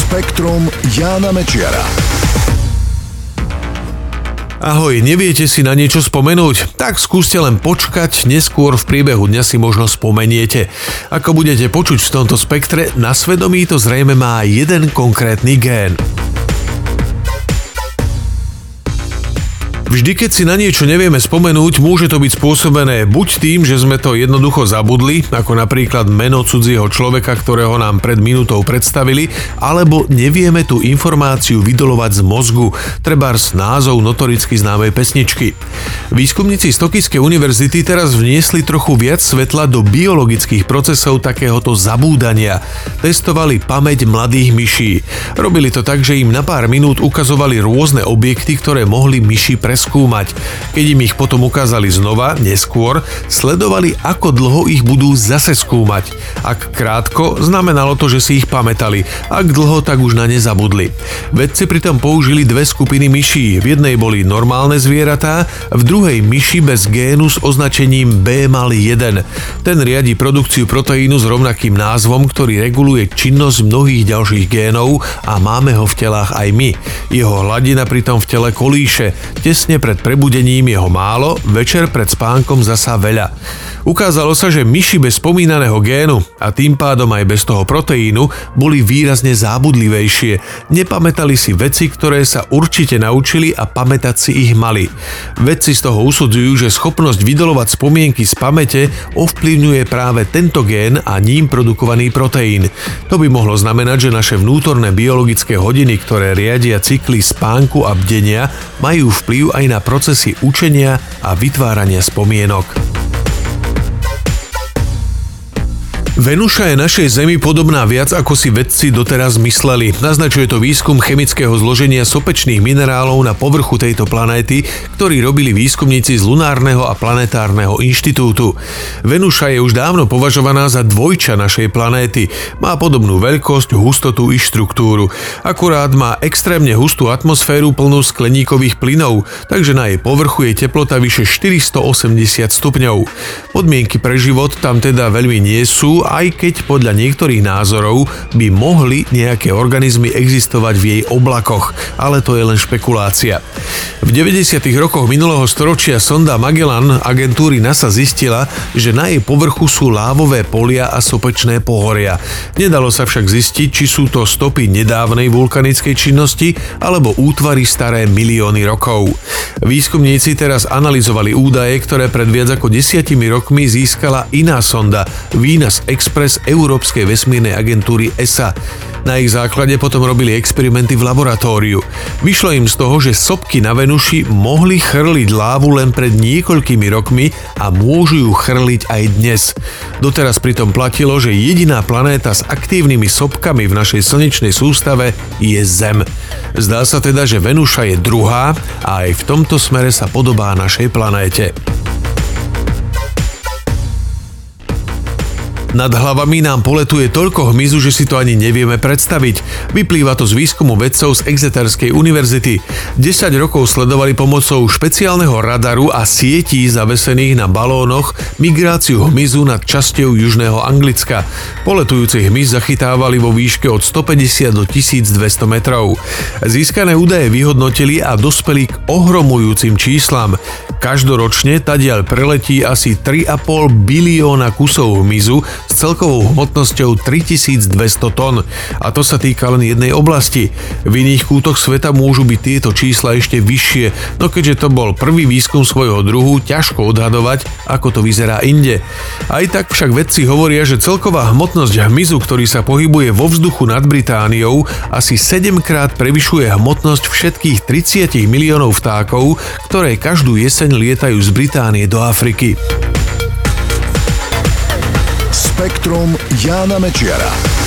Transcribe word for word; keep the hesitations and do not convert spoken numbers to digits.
Spektrum Jána Mečiara. Ahoj, neviete si na niečo spomenúť? Tak skúste len počkať, neskôr v priebehu dňa si možno spomeniete. Ako budete počuť v tomto spektre, na svedomí to zrejme má jeden konkrétny gén. Vždy, keď si na niečo nevieme spomenúť, môže to byť spôsobené buď tým, že sme to jednoducho zabudli, ako napríklad meno cudzieho človeka, ktorého nám pred minútou predstavili, alebo nevieme tú informáciu vydolovať z mozgu, trebárs názov notoricky známej pesničky. Výskumníci z Tokijskej univerzity teraz vniesli trochu viac svetla do biologických procesov takéhoto zabúdania. Testovali pamäť mladých myší. Robili to tak, že im na pár minút ukazovali rôzne objekty, ktoré mohli myši preskúmať. skúmať. Keď im ich potom ukázali znova, neskôr, sledovali, ako dlho ich budú zase skúmať. Ak krátko, znamenalo to, že si ich pamätali. Ak dlho, tak už na ne zabudli. Vedci pritom použili dve skupiny myší. V jednej boli normálne zvieratá, v druhej myši bez génu s označením bé mal jeden. Ten riadi produkciu proteínu s rovnakým názvom, ktorý reguluje činnosť mnohých ďalších génov a máme ho v telách aj my. Jeho hladina pritom v tele kolíše. Tesne pred prebudením je ho málo, večer pred spánkom zasa veľa. Ukázalo sa, že myši bez spomínaného génu a tým pádom aj bez toho proteínu boli výrazne zábudlivejšie. Nepamätali si veci, ktoré sa určite naučili a pamätať si ich mali. Vedci z toho usudzujú, že schopnosť vydolovať spomienky z pamäte ovplyvňuje práve tento gén a ním produkovaný proteín. To by mohlo znamenať, že naše vnútorné biologické hodiny, ktoré riadia cykly spánku a bdenia, majú vplyv aj na procesy učenia a vytvárania spomienok. Venuša je našej Zemi podobná viac, ako si vedci doteraz mysleli. Naznačuje to výskum chemického zloženia sopečných minerálov na povrchu tejto planéty, ktorý robili výskumníci z Lunárneho a planetárneho inštitútu. Venuša je už dávno považovaná za dvojča našej planéty. Má podobnú veľkosť, hustotu i štruktúru. Akurát má extrémne hustú atmosféru plnú skleníkových plynov, takže na jej povrchu je teplota vyše štyristoosemdesiat stupňov. Podmienky pre život tam teda veľmi nie sú, aj keď podľa niektorých názorov by mohli nejaké organizmy existovať v jej oblakoch, ale to je len špekulácia. V deväťdesiatych rokoch minulého storočia sonda Magellan agentúry NASA zistila, že na jej povrchu sú lávové polia a sopečné pohoria. Nedalo sa však zistiť, či sú to stopy nedávnej vulkanickej činnosti alebo útvary staré milióny rokov. Výskumníci teraz analyzovali údaje, ktoré pred viac ako desiatimi rokmi získala iná sonda Venus Express Európskej vesmírnej agentúry é es á. Na ich základe potom robili experimenty v laboratóriu. Vyšlo im z toho, že sopky na Venuši mohli chrliť lávu len pred niekoľkými rokmi a môžu ju chrliť aj dnes. Doteraz pritom platilo, že jediná planéta s aktívnymi sopkami v našej slnečnej sústave je Zem. Zdá sa teda, že Venuša je druhá a aj v tomto smere sa podobá našej planéte. Nad hlavami nám poletuje toľko hmyzu, že si to ani nevieme predstaviť. Vyplýva to z výskumu vedcov z Exeterskej univerzity. desať rokov sledovali pomocou špeciálneho radaru a sietí zavesených na balónoch migráciu hmyzu nad časťou južného Anglicka. Poletujúci hmyz zachytávali vo výške od stopäťdesiat do tisícdvesto metrov. Získané údaje vyhodnotili a dospeli k ohromujúcim číslam. Každoročne tadiaľ preletí asi tri a pol bilióna kusov hmyzu s celkovou hmotnosťou tritisícdvesto tón. A to sa týka len jednej oblasti. V iných kútoch sveta môžu byť tieto čísla ešte vyššie, no keďže to bol prvý výskum svojho druhu, ťažko odhadovať, ako to vyzerá inde. Aj tak však vedci hovoria, že celková hmotnosť hmyzu, ktorý sa pohybuje vo vzduchu nad Britániou, asi sedemkrát prevyšuje hmotnosť všetkých tridsať miliónov vtákov, ktoré každú jeseň lietajú z Británie do Afriky. Spektrum Jána Mečiara.